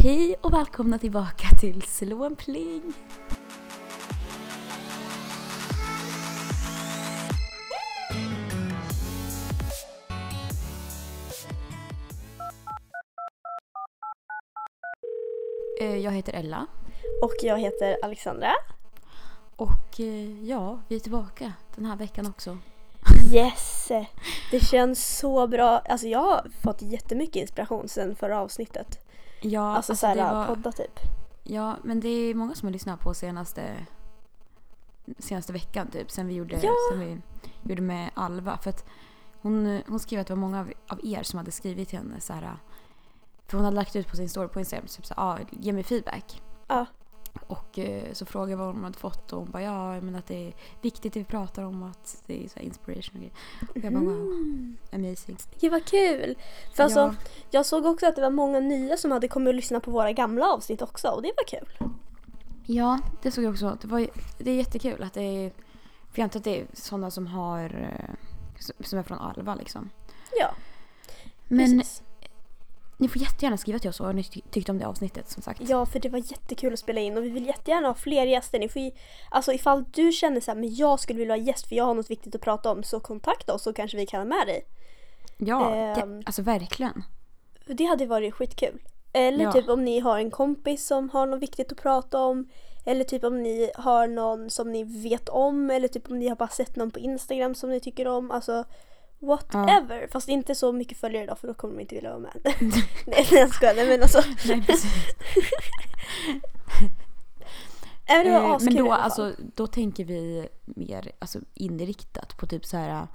Hej och välkomna tillbaka till Slå en pling. Jag heter Ella. Och jag heter Alexandra. Och ja, vi är tillbaka den här veckan också. Yes! Det känns så bra. Alltså jag har fått jättemycket inspiration sen förra avsnittet. Ja, alltså såhär podda typ. Ja, men det är många som har lyssnat på senaste veckan typ. Sen vi gjorde med Alva. För att hon skrev att det var många av er som hade skrivit till henne så här. För hon hade lagt ut på sin story på Instagram typ så här, ge mig feedback. Ja. Och så frågade jag vad hon hade fått och hon bara, ja men att det är viktigt att vi pratar om att det är så här inspiration och grejer. Och jag bara, wow, amazing. Det var kul. För alltså, jag såg också att det var många nya som hade kommit och lyssnat på våra gamla avsnitt också och det var kul. Ja, det såg jag också. Det är jättekul att det är, för jag antar att det är sådana som som är från Alva liksom. Ja, men precis. Ni får jättegärna skriva till oss vad ni tyckte om det avsnittet som sagt. Ja, för det var jättekul att spela in och vi vill jättegärna ha fler gäster. Ni får alltså ifall du känner så här, men jag skulle vilja ha gäst för jag har något viktigt att prata om, så kontakta oss så kanske vi kan ha med dig. Ja, alltså verkligen. Det hade varit skitkul. Eller typ om ni har en kompis som har något viktigt att prata om. Eller typ om ni har någon som ni vet om. Eller typ om ni har bara sett någon på Instagram som ni tycker om. Alltså whatever. Ja. Fast inte så mycket följare då, för då kommer de inte vilja vara med. Nej, jag skojar. Nej, men alltså. Nej, precis. Men då, alltså, då tänker vi mer alltså, inriktat på typ så här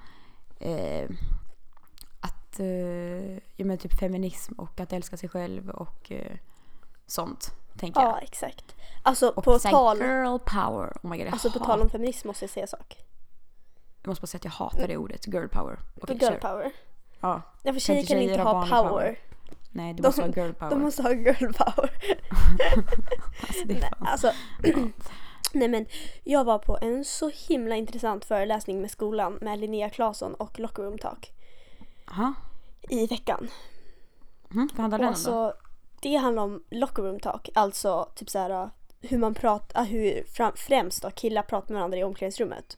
men typ feminism och att älska sig själv och sånt, tänker jag. Ja, exakt. Alltså och på tal girl power. Oh my God, alltså på tal om feminism måste jag säga sak. Jag måste bara säga att jag hatar det ordet, girl power. Okay, girl power. Ja. Ja, för tjejer kan inte ha power. Nej, du måste ha girl power. De måste ha girl power. Alltså, det är fan. Alltså, nej men jag var på en så himla intressant föreläsning med skolan med Linnea Claesson och Locker Room Talk. Aha. I veckan. Vad handlar det om då? Det handlar om Locker Room Talk, alltså typ så här hur man pratar, främst då killar pratar med varandra i omklädningsrummet.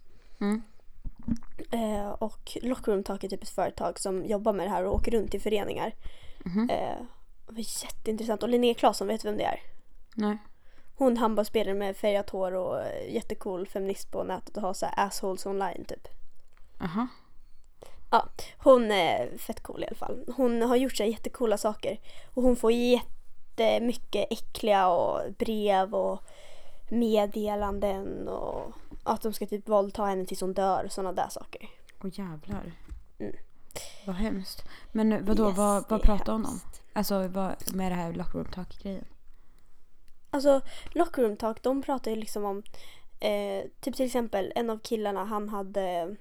Och Locker Room Talk är typ ett företag som jobbar med det här och åker runt i föreningar. Det var jätteintressant. Och Linnea Claesson, vet du vem det är? Nej. Hon handbollsspelare med färgat hår och jättecool feminist på nätet och har så här assholes online typ. Aha. Ja, hon är fett cool i alla fall. Hon har gjort så här jättecoola saker. Och hon får jättemycket äckliga och brev och meddelanden och att de ska typ våldta henne tills hon dör och sådana där saker. Åh jävlar. Vad hemskt. Men vadå, vad pratar hon om? Alltså vad med det här Locker Room Talk-grejen? Alltså Locker Room Talk, de pratar ju liksom om typ till exempel en av killarna, han hade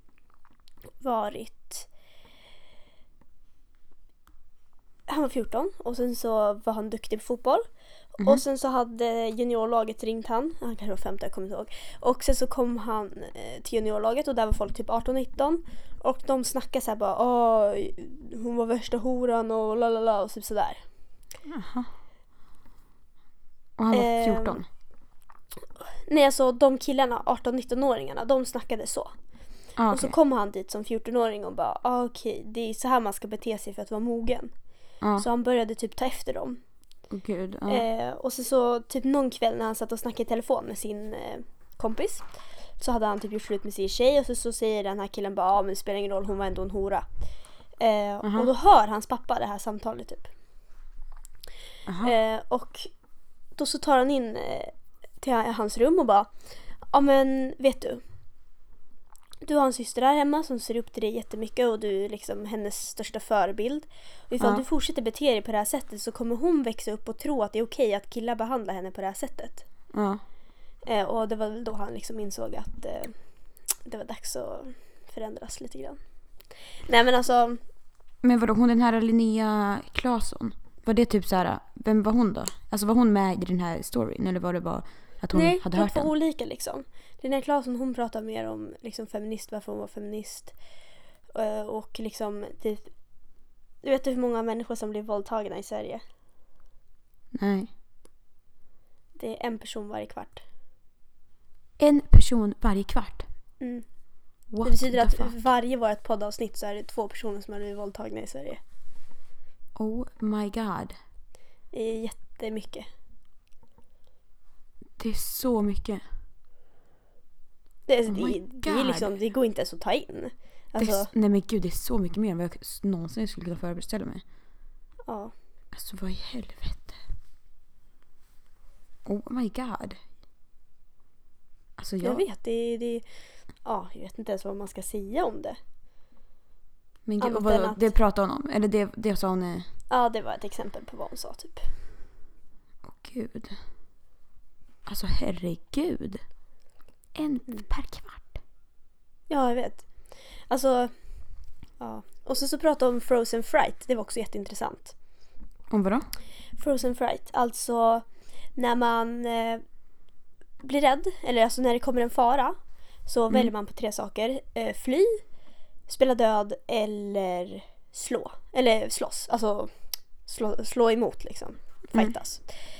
han var 14 och sen så var han duktig på fotboll. Och sen så hade juniorlaget ringt han kanske var 15, jag kommer inte ihåg. Och sen så kom han till juniorlaget och där var folk typ 18-19 och de snackade så här bara, hon var värsta horan och lalala och typ sådär. Jaha. Och han var 14? Nej, alltså de killarna, 18-19-åringarna, de snackade så. Okay. Och så kom han dit som 14-åring och bara, okej, det är så här man ska bete sig för att vara mogen. Så han började typ ta efter dem. Gud, och så typ någon kväll när han satt och snackade i telefon med sin kompis, så hade han typ gjort slut med sin tjej och så säger den här killen bara, men det spelar ingen roll, hon var ändå en hora. Och då hör hans pappa det här samtalet typ. Och då så tar han in till hans rum och bara, men vet du har en syster här hemma som ser upp till dig jättemycket och du är liksom hennes största förebild. Och ifall du fortsätter bete dig på det här sättet så kommer hon växa upp och tro att det är okej att killar behandlar henne på det här sättet. Och det var väl då han liksom insåg att det var dags att förändras lite grann. Nej men alltså. Men vadå, hon den här Linnea Claesson, var det typ så här, vem var hon då? Alltså var hon med i den här storyn eller var det bara att hon hade hört den? Nej, olika liksom. Linnea Claesson, hon pratar mer om liksom feminist, varför hon var feminist. Och liksom du vet hur många människor som blir våldtagna i Sverige? Nej. Det är en person varje kvart. En person varje kvart? Mm. What Det betyder the att fuck? varje vårt poddavsnitt så är det 2 personer som har blivit våldtagna i Sverige. Oh my god. Det är jättemycket. Det är så mycket. Det Oh är liksom, det går inte ens att ta in. Alltså, Nej men gud, det är så mycket mer än vad jag någonsin skulle kunna föreställa mig. ja. Alltså vad i helvete. Oh my god. Alltså Jag vet, jag vet inte ens vad man ska säga om det. Men gud, Annat än och det pratade hon om? Eller det sa hon? Ja, det var ett exempel på vad hon sa typ. Åh gud. Alltså herregud. En per kvart. Ja, jag vet. Alltså, ja. Och så pratade om Frozen Fright. Det var också jätteintressant. Om vadå? Frozen Fright, alltså när man blir rädd, eller alltså när det kommer en fara, så väljer man på 3 saker. Fly, spela död eller slå. Eller slåss. Alltså slå emot liksom. Fightas.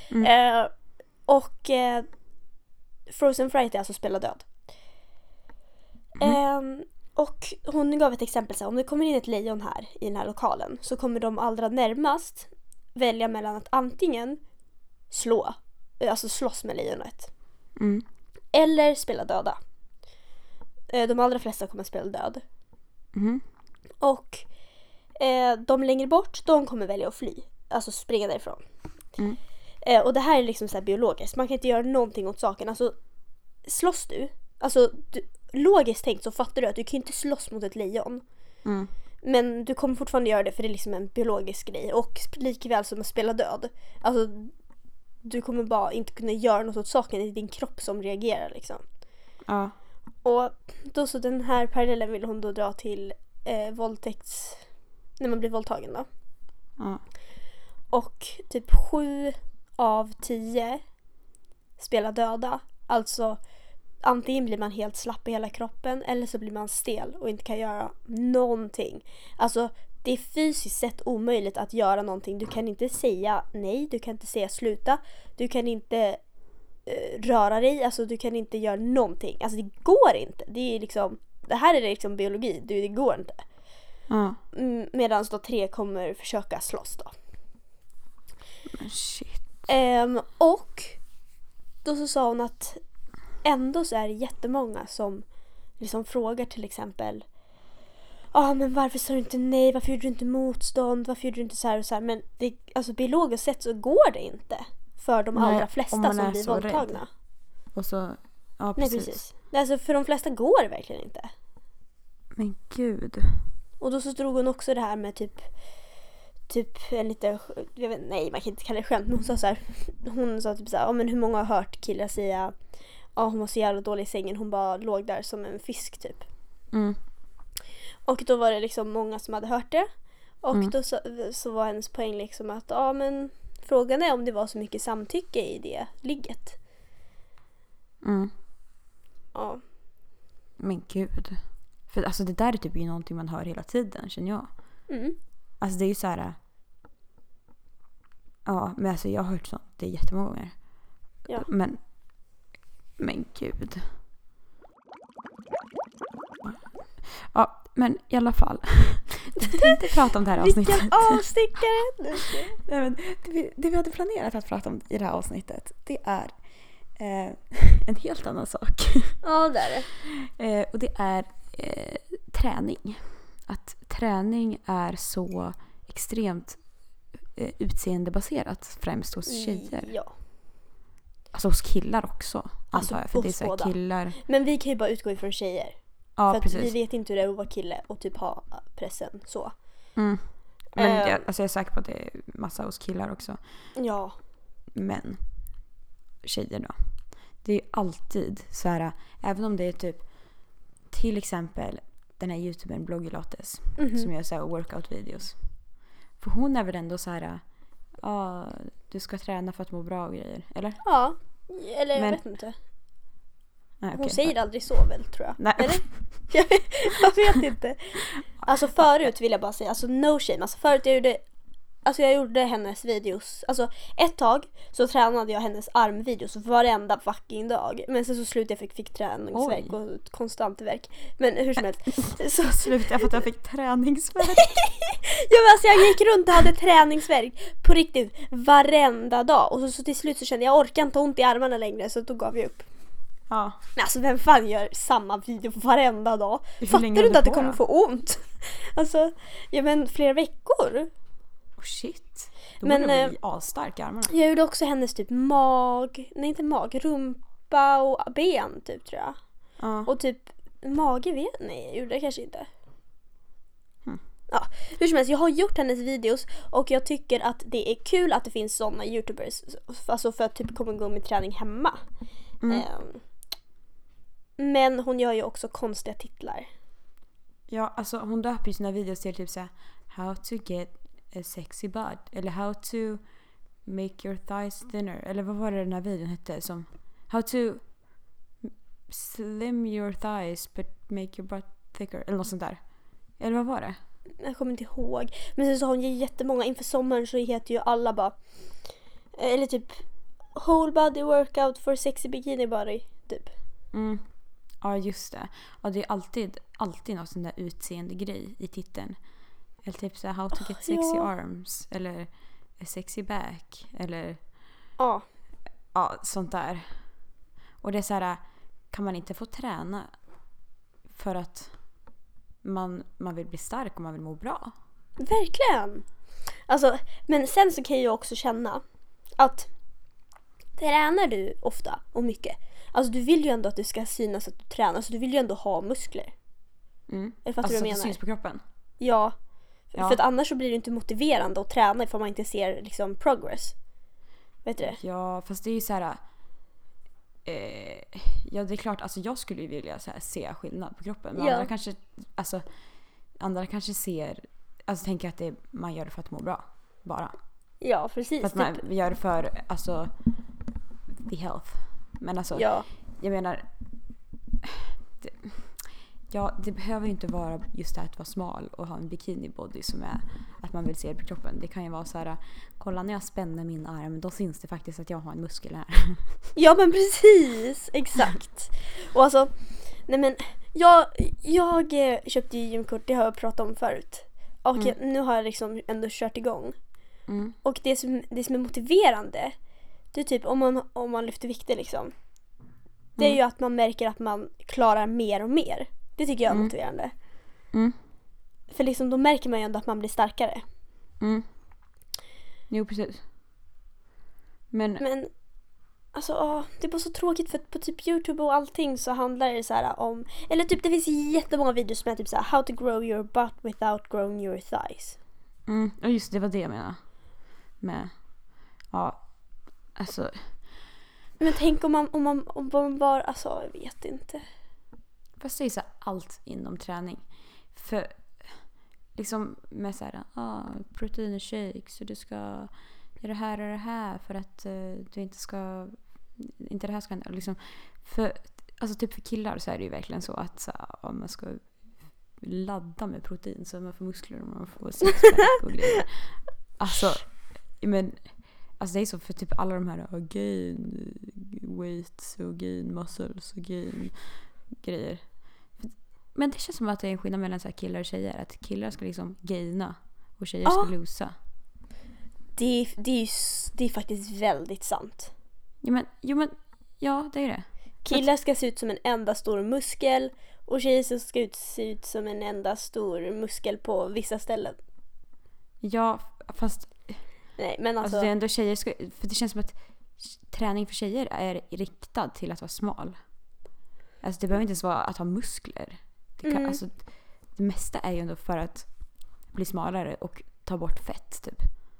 Frozen Fright är alltså spela död. Och hon gav ett exempel så här, om det kommer in ett lejon här i den här lokalen så kommer de allra närmast välja mellan att antingen slåss med lejonet eller spela döda. De allra flesta kommer spela död. Och de längre bort, de kommer välja att fly, alltså springa därifrån. Och det här är liksom så här biologiskt, man kan inte göra någonting åt saken. Alltså slåss du, alltså logiskt tänkt så fattar du att du kan inte slåss mot ett lejon. Men du kommer fortfarande göra det för det är liksom en biologisk grej. Och likväl som att spela död, alltså du kommer bara inte kunna göra något åt saken, i din kropp som reagerar liksom. Ja. Och då så den här parallellen vill hon då dra till våldtäkts, när man blir våldtagen då. Ja. Och typ 7 av 10 spelar döda. Alltså antingen blir man helt slapp i hela kroppen eller så blir man stel och inte kan göra någonting. Alltså det är fysiskt sett omöjligt att göra någonting. Du kan inte säga nej, du kan inte säga sluta, du kan inte röra dig, alltså du kan inte göra någonting. Alltså det går inte. Det är liksom, det här är liksom biologi, det går inte. Medan då 3 kommer försöka slåss då. Men shit. Och då så sa hon att ändå så är det jättemånga som liksom frågar till exempel, men varför sa du inte nej, varför gjorde du inte motstånd, varför gjorde du inte så här och så här. Men det, alltså biologiskt sett så går det inte för de allra flesta som blir våldtagna. Rädd. Och så, ja precis. Nej, precis. Alltså för de flesta går det verkligen inte. Men gud. Och då så drog hon också det här med typ en lite, jag vet, nej man kan inte kalla det skämt, men hon sa typ så här, men hur många har hört killar säga hon var så jävla dålig i sängen, hon bara låg där som en fisk typ. Och då var det liksom många som hade hört det. Och då så var hennes poäng liksom att men frågan är om det var så mycket samtycke i det ligget. Ja. Men gud. För alltså det där är typ ju någonting man hör hela tiden, känner jag. Alltså det är ju så här. Ja, men alltså jag har hört sånt, det är jättemånga gånger. Ja. Men gud. Ja, men i alla fall. Jag tänkte prata om det här avsnittet. Vilken avstickare! Nej, men det vi hade planerat att prata om i det här avsnittet, det är en helt annan sak. Ja, det är det. Och det är träning. Att träning är så extremt utseendebaserat, främst hos tjejer. Ja. Alltså hos killar också, alltså, antar jag. För det är så här killar. Men vi kan ju bara utgå ifrån tjejer. Ja, för precis. Att vi vet inte hur det är att vara kille och typ ha pressen så. Men jag är säker på att det är massa hos killar också. Ja. Men tjejer då. Det är ju alltid så här, även om det är typ till exempel den här youtubern Bloggelates som gör så här workout-videos. För hon är väl ändå så här, du ska träna för att må bra och grejer, eller? Ja, eller jag vet inte. Nej, hon säger aldrig så väl, tror jag. Nej. Eller? Jag vet inte. Alltså förut vill jag bara säga, alltså no shame. Alltså förut jag gjorde alltså jag gjorde hennes videos. Alltså ett tag så tränade jag hennes armvideos varenda fucking dag. Men sen så slutade jag fick träningsvärk och konstant värk. Men hur som helst. Så slutade jag för att jag fick träningsvärk. Ja, men alltså jag gick runt och hade träningsvärk på riktigt varenda dag. Och så till slut så kände jag orkar inte ont i armarna längre, så då gav jag upp. Ja. Men alltså vem fan gör samma video varenda dag? Fattar du inte att det kommer få ont? Alltså, ja men flera veckor. Oh shit. Då borde jag bli asstark i armarna. Jag gjorde också hennes typ rumpa och ben typ, tror jag. Och typ mage, nej jag gjorde det kanske inte. Ja, hur som helst, jag har gjort hennes videos och jag tycker att det är kul att det finns sådana YouTubers, alltså för att typ komma igång med träning hemma. Men hon gör ju också konstiga titlar. Ja, alltså hon döper ju sina videos till typ såhär how to get a sexy butt, eller how to make your thighs thinner, eller vad var det den här videon hette, som how to slim your thighs but make your butt thicker, eller något sånt där. Eller vad var det? Jag kommer inte ihåg. Men sen så har hon ju jättemånga, inför sommaren så heter ju alla bara, eller typ whole body workout for sexy bikini body typ. Ja, just det. Ja, det är alltid något sån där utseende grej i titeln. Eller typ så här, how to get sexy arms, eller a sexy back, eller ja, sånt där. Och det är så här, kan man inte få träna för att man vill bli stark och man vill må bra? Verkligen. Alltså, men sen så kan jag också känna att tränar du ofta och mycket, alltså du vill ju ändå att det ska synas att du tränar, så du vill ju ändå ha muskler. Eller fattar du vad jag menar? Alltså syns på kroppen? Ja. För att annars så blir det inte motiverande att träna ifall man inte ser liksom progress. Vet du det? Ja, fast det är ju så här. Ja, det är klart, alltså jag skulle ju vilja så här, se skillnad på kroppen. Men andra kanske ser, alltså tänker att man gör det för att må bra bara. Ja, precis. För att man gör det för, alltså, the health. Men alltså, jag menar, det behöver ju inte vara just det här att vara smal och ha en bikini body som är att man vill se det på kroppen. Det kan ju vara så här, kolla när jag spänner min arm, då syns det faktiskt att jag har en muskel här. Ja, men precis, exakt. Och alltså, nej men jag köpte ju gymkort, det har jag pratat om förut. Och nu har jag liksom ändå kört igång. Och det som är motiverande, det är typ om man lyfter vikter liksom. Det är ju att man märker att man klarar mer och mer. Det tycker jag är motiverande. För liksom då märker man ju ändå att man blir starkare. Jo, precis. Men alltså, det är bara så tråkigt för att på typ YouTube och allting så handlar det så här om, eller typ det finns jättemånga videos som är typ så här how to grow your butt without growing your thighs. Och just det var det jag menade. Med alltså. Men tänk om man bara, alltså jag vet inte. Fast det är så allt inom träning. För liksom med så här, proteinshake, så du ska göra det här och det här för att du inte det här ska liksom, för alltså typ för killar så är det ju verkligen så att så, om man ska ladda med protein så man får muskler och man får sexpack och grejer. Alltså det är så för typ alla de här gain weight och gain muscles och gain grejer. Men det känns som att det är en skillnad mellan så här killar och tjejer. Att killar ska liksom gaina och tjejer ska losa. Det är faktiskt väldigt sant. Ja, det är det. Killar ska se ut som en enda stor muskel och tjejer ska se ut som en enda stor muskel på vissa ställen. Ja, fast nej, men alltså det är ändå tjejer för det känns som att träning för tjejer är riktad till att vara smal. Alltså det behöver inte ens vara att ha muskler. Alltså, det mesta är ju ändå för att bli smalare och ta bort fett typ.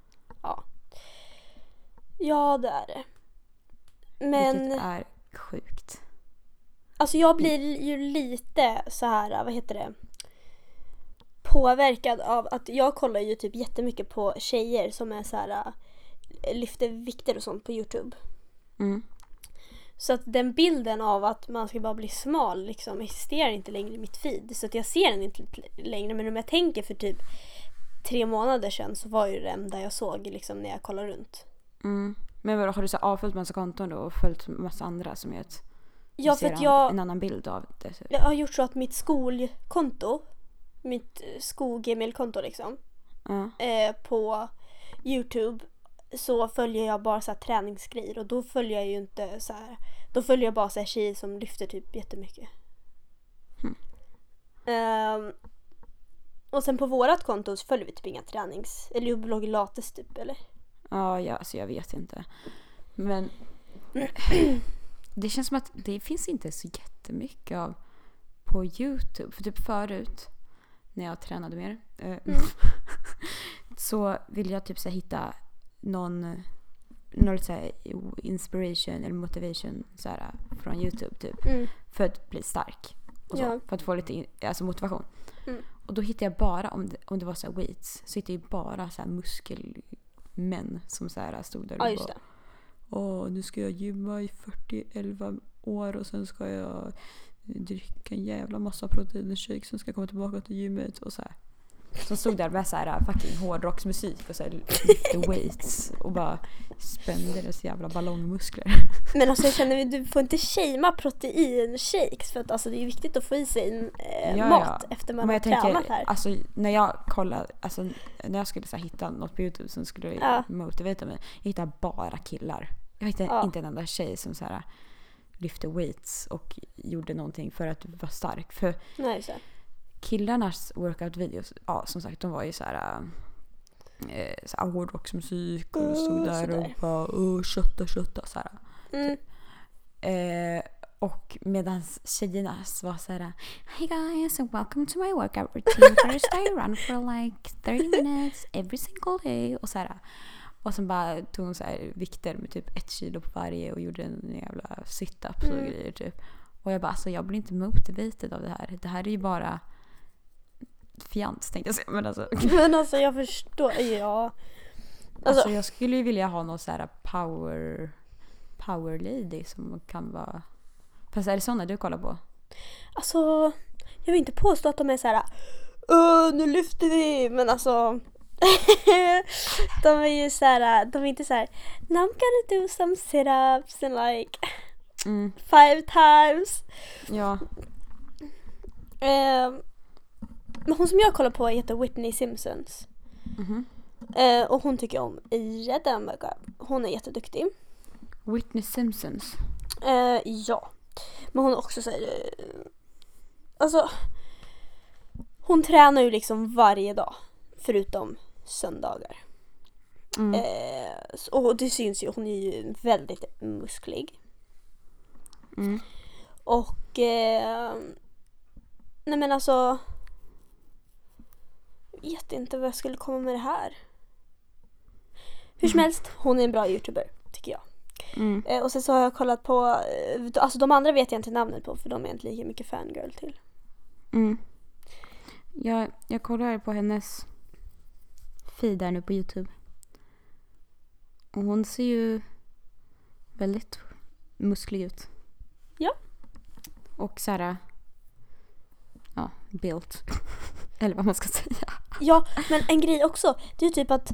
Ja, det är det. Men vilket är sjukt. Alltså jag blir ju lite så här, vad heter det, påverkad av att jag kollar ju typ jättemycket på tjejer som är så här, lyfter vikter och sånt på YouTube. Så att den bilden av att man ska bara bli smal liksom existerar inte längre i mitt feed. Så att jag ser den inte längre. Men om jag tänker för typ 3 månader sedan så var ju det enda jag såg liksom när jag kollade runt. Men vadå, har du så avföljt massa konton då och följt massa andra som gör att Ja, för att en annan bild av det? Så. Jag har gjort så att mitt skolkonto, mitt skol-gmail-konto liksom, på YouTube så följer jag bara så här träningsgrejer och då följer jag ju inte så här, då följer jag bara så här tjejer som lyfter typ jättemycket. Och sen på vårat konto så följer vi typ inga eller blogg lates typ, eller? Ja, alltså jag vet inte. Men det känns som att det finns inte så jättemycket av på YouTube. För typ förut när jag tränade mer så ville jag typ så här hitta någon så här inspiration eller motivation så här, från YouTube typ för att bli stark och så, för att få lite alltså motivation. Och då hittade jag bara om det var så här weights så hittade jag bara så här muskelmän som så här stod där och bara nu ska jag gymma i 11 år och sen ska jag dricka en jävla massa proteinshake som ska komma tillbaka till gymmet och så här. Som stod där med så här fucking hårdrocksmusik och så här lyfte weights och bara spände deras jävla ballongmuskler. Men alltså jag känner du får inte shamea proteinshakes för att alltså det är viktigt att få i sig mat efter man har tränat här. Alltså när jag kollade, alltså när jag skulle så här, hitta något på YouTube som skulle motivera mig, jag hittade bara killar. Jag hittade inte en enda tjej som så här lyfte weights och gjorde någonting för att vara stark. För killarnas workout-videos, som sagt, de var ju så här hårdrocksmusik och stod där och bara kötta så här. Och medan tjejerna var så här: "Hey guys and welcome to my workout routine. First I run for like 30 minutes every single day." Och så här. Och sen bara tog hon så här vikter med typ 1 kilo på varje och gjorde en jävla sit-ups och grejer typ. Och jag bara, alltså jag blir inte motiverad av det här. Det här är ju bara fjant, tänkte jag säga. Men alltså jag förstår, Alltså jag skulle ju vilja ha någon så här power lady som kan vara... Fast är det sådana du kollar på? Alltså, jag vill inte påstå att de är så här nu lyfter vi, men alltså de är ju så här, de är inte så här now I'm gonna do some sit-ups and like 5 times. Ja. Men hon som jag kollar på heter Whitney Simpsons. Och hon tycker om jättemycket. Hon är jätteduktig. Whitney Simpsons? Ja. Men hon är också så här, alltså hon tränar ju liksom varje dag förutom söndagar. Och det syns ju, hon är ju väldigt musklig. Och nej men alltså jag vet inte vad jag skulle komma med det här. Hur som helst, hon är en bra YouTuber tycker jag. Och sen så har jag kollat på, alltså de andra vet jag inte namnet på för de är inte lika mycket fangirl till. Jag kollar på hennes feed där nu på YouTube. Och hon ser ju väldigt musklig ut. Ja. Och så här, built. Eller vad man ska säga. Ja, men en grej också. Det är typ att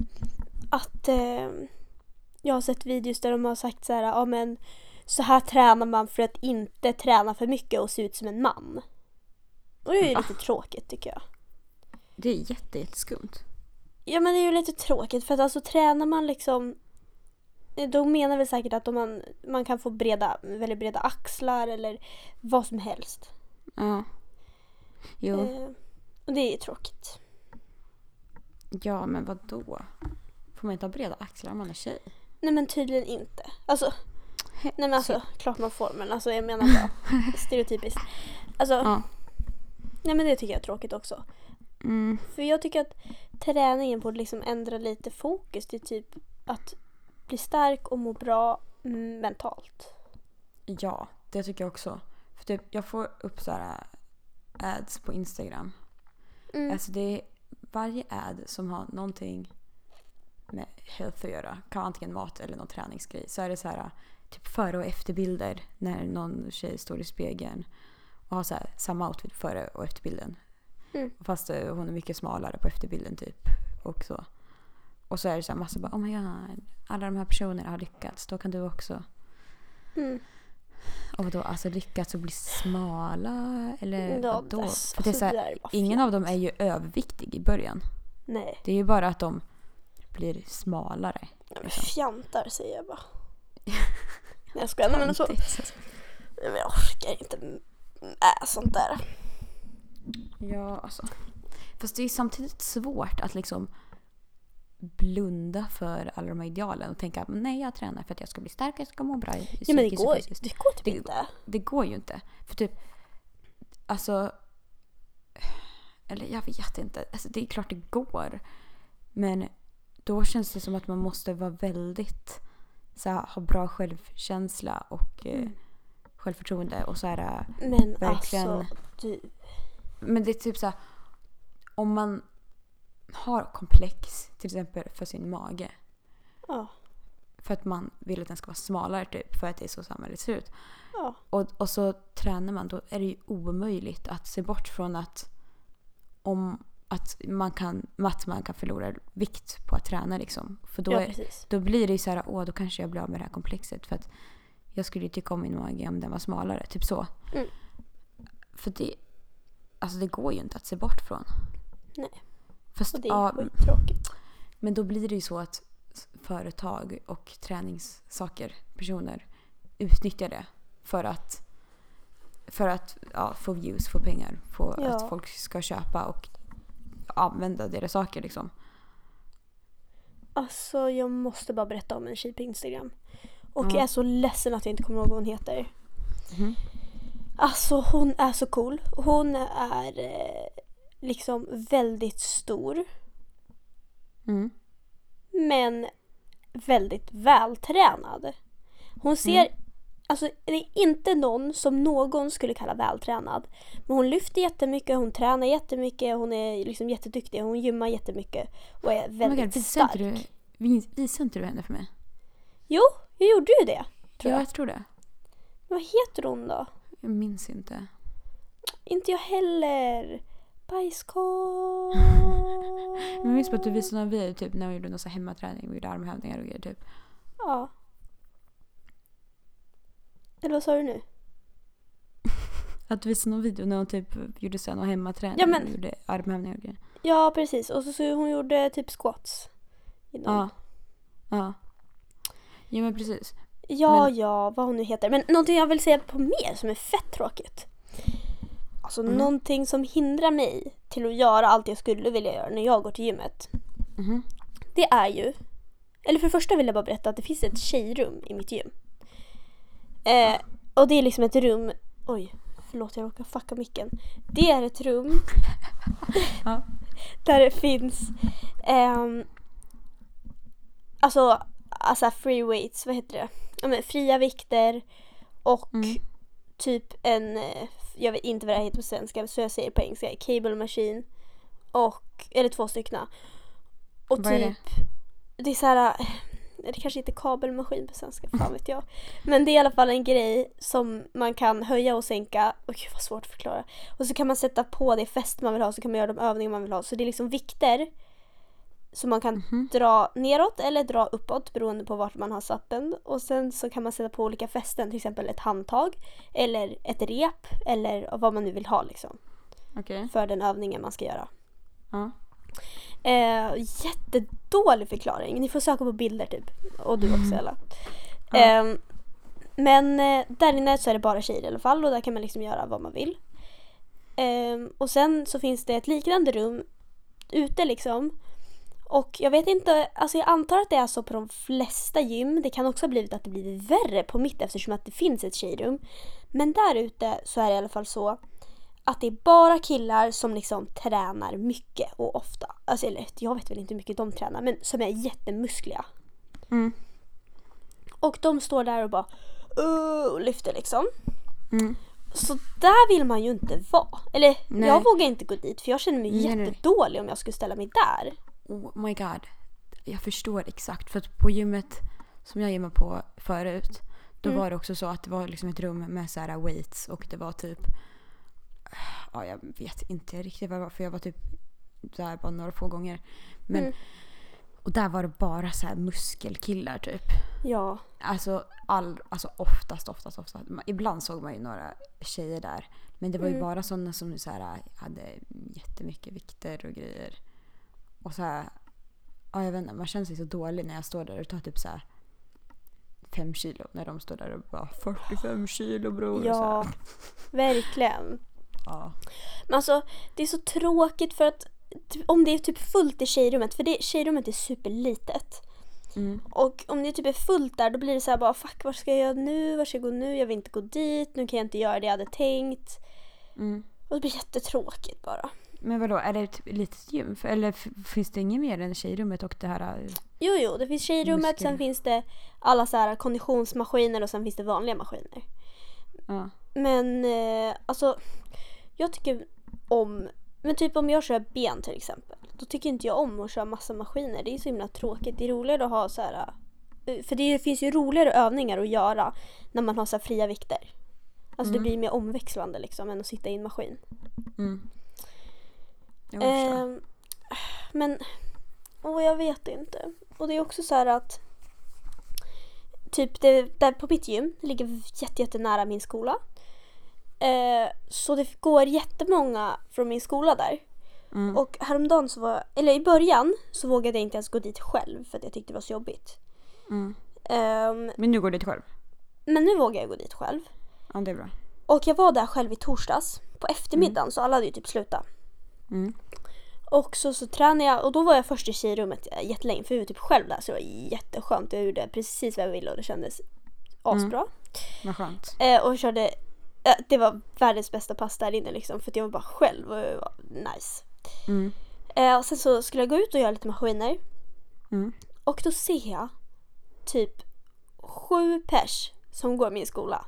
jag har sett videos där de har sagt så här, men så här tränar man för att inte träna för mycket och se ut som en man. Och det är ju lite tråkigt tycker jag. Det är jätteskumt. Ja, men det är ju lite tråkigt för att alltså tränar man liksom, då menar vi säkert att om man kan få väldigt breda axlar eller vad som helst. Ja. Jo. Och det är ju tråkigt. Ja, men vad då? Får man inte ha breda axlar om man är tjej? Nej, men tydligen inte. Alltså, nej men alltså, klart man får, men alltså jag menar bara stereotypiskt. Alltså, nej men det tycker jag är tråkigt också. För jag tycker att träningen borde liksom ändra lite fokus till typ att bli stark och må bra mentalt. Ja, det tycker jag också. För typ, jag får upp så här ads på Instagram. Alltså det är varje ad som har någonting med health att göra, kan vara antingen mat eller någon träningsgrej, så är det så här typ före- och efterbilder när någon tjej står i spegeln och har så här samma outfit före och efterbilden. Fast hon är mycket smalare på efterbilden typ. och så. Och så är det så här massa bara, oh my god, alla de här personerna har lyckats, då kan du också. Och då alltså lyckats att bli smala eller Ja, då? alltså, För det är så här, ingen av dem är ju överviktig i början. Nej. Det är ju bara att de blir smalare. Liksom. Fjantar säger jag bara. Jag skojar, men så. Men jag orkar inte sånt där. Ja, alltså. Fast det är samtidigt svårt att liksom blunda för alla de här idealen och tänka, nej, jag tränar för att jag ska bli stark, jag ska må bra. Ja, men det går typ inte. Det går ju inte. För typ, alltså, eller jag vet inte. Alltså, det är klart det går. Men då känns det som att man måste vara väldigt så här, ha bra självkänsla och självförtroende och så här men verkligen. Alltså, Men det är typ så här, om man har komplex till exempel för sin mage. Ja. För att man vill att den ska vara smalare typ, för att det är så samhället ser ut. Ja. Och så tränar man, då är det ju omöjligt att se bort från att man kan förlora vikt på att träna liksom. För då blir det ju så här, då kanske jag blir av med det här komplexet, för att jag skulle ju tycka om min mage om den var smalare, typ så. För det går ju inte att se bort från. Nej. Fast, och det är skittråkigt. Men då blir det ju så att företag och personer utnyttjar det för att få views, få pengar, att folk ska köpa och använda deras saker liksom. Alltså jag måste bara berätta om en tjej på Instagram. Och jag är så ledsen att jag inte kommer ihåg vad hon heter. Alltså hon är så cool. Hon är liksom väldigt stor. Men väldigt vältränad. Hon ser alltså det är inte någon som någon skulle kalla vältränad. Men hon lyfter jättemycket, hon tränar jättemycket, hon är liksom jätteduktig, hon gymmar jättemycket och är väldigt stark. Visade inte du henne för mig? Jo, jag gjorde ju det. Jag tror det. Vad heter hon då? Jag minns inte. Inte jag heller. Bajskorv. Men jag minns på att du visade någon video typ när vi gjorde någon så hemmaträning, vi gjorde armhävningar och grejer typ. Ja. Eller vad sa du nu? Att du visade någon video när hon typ gjorde så någon hemmaträning, ja, men gjorde armhävningar och grejer. Ja, precis. Och så hon gjorde typ squats. Ja. Ja, men precis. Ja, vad hon nu heter. Men någonting jag vill säga på mer som är fett tråkigt. Alltså någonting som hindrar mig till att göra allt jag skulle vilja göra när jag går till gymmet. Det är ju, eller för det första vill jag bara berätta att det finns ett tjejrum i mitt gym. Och det är liksom ett rum. Oj, förlåt, jag råkar fucka micken. Det är ett rum där det finns alltså free weights, vad heter det? Ja, men fria vikter och typ jag vet inte vad det heter på svenska, så jag säger på engelska, cable machine eller 2 stycken. Och vad typ är det är så här, det kanske inte är kabelmaskin på svenska, fan vet jag. Men det är i alla fall en grej som man kan höja och sänka. Och gud vad svårt att förklara. Och så kan man sätta på det fäst man vill ha, så kan man göra de övningar man vill ha. Så det är liksom vikter som man kan dra neråt eller dra uppåt beroende på vart man har satt den. Och sen så kan man sätta på olika fästen, till exempel ett handtag eller ett rep eller vad man nu vill ha liksom. Okay. För den övningen man ska göra. Jättedålig förklaring. Ni får söka på bilder typ. Och du också eller. Men där inne så är det bara tjejer i alla fall. Och där kan man liksom göra vad man vill. Och sen så finns det ett liknande rum ute liksom. Och jag vet inte, alltså jag antar att det är så på de flesta gym. Det kan också ha blivit att det blir värre på mitt eftersom att det finns ett tjejrum. Men där ute så är det i alla fall så att det är bara killar som liksom tränar mycket och ofta. Alltså, eller jag vet väl inte hur mycket de tränar, men som är jättemuskliga. Och de står där och bara och lyfter liksom. Så där vill man ju inte vara. Eller jag vågar inte gå dit, för jag känner mig jättedålig om jag skulle ställa mig där. Oh my god. Jag förstår exakt. För att på gymmet som jag gymmade på förut, då var det också så att det var liksom ett rum med så här weights och det var typ, jag vet inte riktigt vad det var, för jag var typ där bara några få gånger. Men och där var det bara så här muskelkillar typ. Ja. Alltså oftast. Ibland såg man ju några tjejer där. Men det var ju bara sådana som så här hade jättemycket vikter och grejer. Och så här, ja, jag vet inte, man känner sig så dålig när jag står där och tar typ så här 5 kilo. När de står där och bara 45 kilo bror. Ja, och så här. verkligen. Ja. Men alltså, det är så tråkigt för att om det är typ fullt i tjejrummet, för tjejrummet är superlitet. Och om det typ är fullt där, då blir det så här bara, fuck, vad ska jag göra nu? Var ska jag gå nu? Jag vill inte gå dit. Nu kan jag inte göra det jag hade tänkt. Och det blir jättetråkigt bara. Men vadå, är det ett litet gym? Eller finns det inget mer än tjejrummet och det här? Jo, det finns tjejrummet, sen finns det alla så här konditionsmaskiner och sen finns det vanliga maskiner. Ja. Men alltså, jag tycker om, men typ om jag kör ben till exempel, då tycker inte jag om att köra massa maskiner. Det är så himla tråkigt. Det är roligare att ha så här, för det finns ju roligare övningar att göra när man har så här fria vikter. Alltså det blir mer omväxlande liksom än att sitta i en maskin. Men jag vet inte. Och det är också så här att typ det där på mitt gym, det ligger jättenära min skola. Så det går jättemånga från min skola där. Och häromdagen i början så vågade jag inte ens gå dit själv för att jag tyckte det var så jobbigt. Men nu går du dit själv? Men nu vågar jag gå dit själv. Ja, det är bra. Och jag var där själv i torsdags på eftermiddagen, så alla hade ju typ slutat. Och så tränade jag, och då var jag först i tjejrummet jättelänge, för jag var typ själv där, så det var jätteskönt. Jag gjorde precis vad jag ville och det kändes asbra. Vad skönt. Och körde, det var världens bästa pass där inne liksom, för att jag var bara själv och det var nice. Och sen så skulle jag gå ut och göra lite maskiner. Och då ser jag typ 7 pers som går min skola.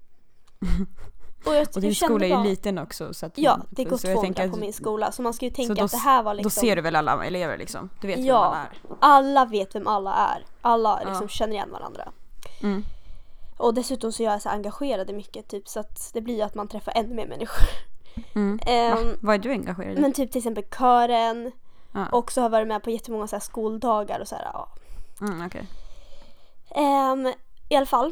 Och din skola är ju liten också. Så att, det går 200 på min skola. Så man ska ju tänka att det här var liksom... Då ser du väl alla elever liksom? Du vet vem alla är. Alla vet vem alla är. Alla liksom känner igen varandra. Och dessutom så är jag så engagerad mycket typ, så att det blir ju att man träffar ännu mer människor. Vad är du engagerad i? Men typ till exempel kören. Och så har jag varit med på jättemånga så här skoldagar och så här. Okay. I alla fall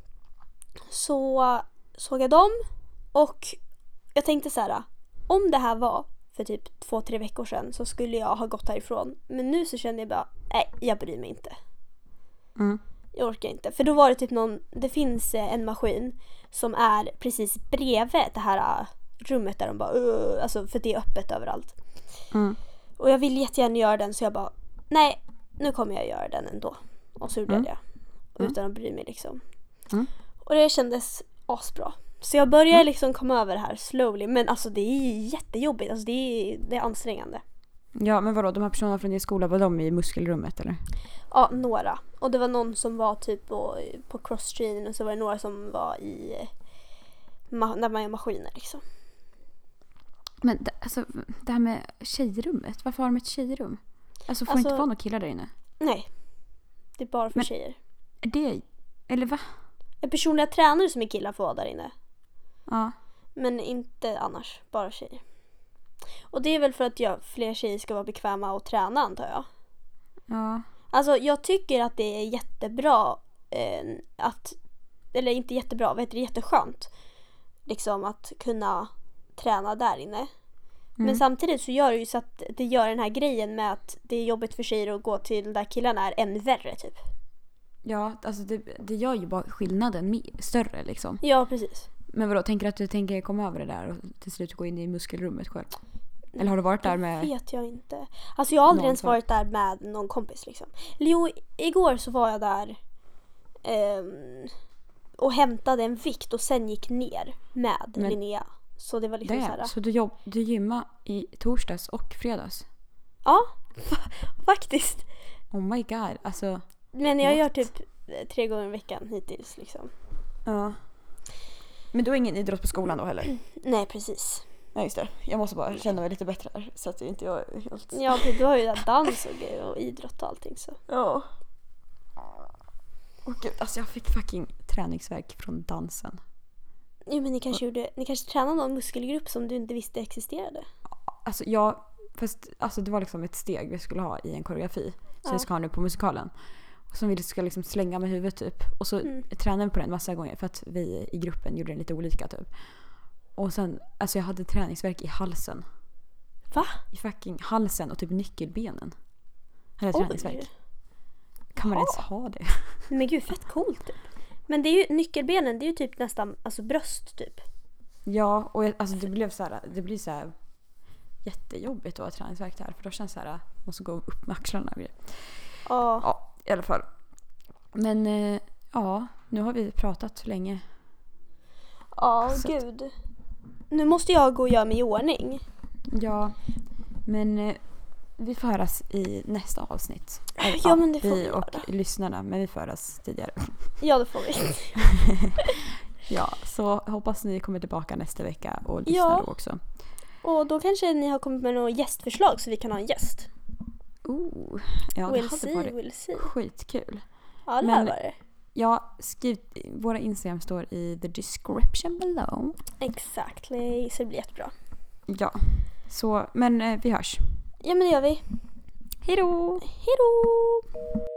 så såg jag dem och jag tänkte så här, om det här var för typ 2-3 veckor sedan så skulle jag ha gått härifrån. Men nu så känner jag bara, nej, jag bryr mig inte. Jag orkar inte. För då var det typ det finns en maskin som är precis bredvid det här rummet där de bara, alltså för det är öppet överallt. Och jag vill jättegärna göra den, så jag bara, nej, nu kommer jag göra den ändå. Och så gjorde jag det. Utan att bry mig liksom. Och det kändes asbra. Så jag börjar liksom komma över det här slowly. Men alltså det är jättejobbigt. Alltså det är ansträngande. Ja, men vadå? De här personerna från din skola, var de i muskelrummet eller? Ja, några. Och det var någon som var typ på cross-training. Och så var det några som var i när man gör maskiner liksom. Men det här med tjejrummet. Varför har de ett tjejrum? Alltså får inte vara några killar där inne? Nej. Det är bara för tjejer. Eller va? En personliga tränare som är killar får vara där inne. Ja. Men inte annars, bara tjejer. Och det är väl för att fler tjejer ska vara bekväma och träna, antar jag. Ja. Alltså jag tycker att det är jättebra eller inte jättebra, jätteskönt liksom att kunna träna där inne. Men samtidigt så gör det ju så att det gör den här grejen med att det är jobbigt för tjejer att gå till där killarna är ännu värre typ. Ja, alltså det gör ju bara skillnaden större liksom. Ja, precis. Men vadå, tänker att du tänker komma över det där och till slut gå in i muskelrummet själv? Eller har du varit där med... Det vet jag inte. Alltså jag har aldrig ens varit där med någon kompis liksom. Jo, igår så var jag där och hämtade en vikt och sen gick ner med Linnea. Så det var liksom så här. Så du gymmade i torsdags och fredags? Ja, faktiskt. Oh my god, alltså... Men jag gör typ 3 gånger i veckan hittills liksom. Ja. Men du har ingen idrott på skolan då heller? Nej, precis. Nej, just det. Jag måste bara känna mig lite bättre där, så att inte jag är helt... Ja, du har ju där dans och idrott och allting så. Ja. Åh gud, alltså jag fick fucking träningsvärk från dansen. Jo, men ni kanske tränade någon muskelgrupp som du inte visste existerade. Alltså fast alltså det var liksom ett steg vi skulle ha i en koreografi. Så Ja. vi ska ha nu på musikalen. Och som vi ska liksom slänga med huvudet typ. Och så tränade vi på den massa gånger för att vi i gruppen gjorde den lite olika typ. Och sen, alltså jag hade träningsvärk i halsen. Va? I fucking halsen och typ nyckelbenen. Jag hade Oj. träningsvärk. Kan man ens ha det? Men gud, fett coolt typ. Men det är ju nyckelbenen, det är ju typ nästan alltså bröst typ. Ja, och alltså det blir så här jättejobbigt att ha träningsvärk där. För då känns det så här, måste gå upp med axlarna. Ja. Ja, i alla fall. Men ja, nu har vi pratat länge. Ja, Så gud. Nu måste jag gå och göra mig i ordning. Ja, men vi får höras i nästa avsnitt. Ja, men det får vi vi och göra. lyssnarna, men vi får höras tidigare. Ja, det får vi. Ja, så hoppas ni kommer tillbaka nästa vecka och lyssnar Ja. då också. Och då kanske ni har kommit med några gästförslag så vi kan ha en gäst. Ja, det hade varit We'll see. skitkul. Ja, det Men- här var det. Ja, våra Instagram står i the description below. Exactly, så det blir jättebra. Ja, så, men vi hörs. Ja, men det gör vi. Hej då! Hej då!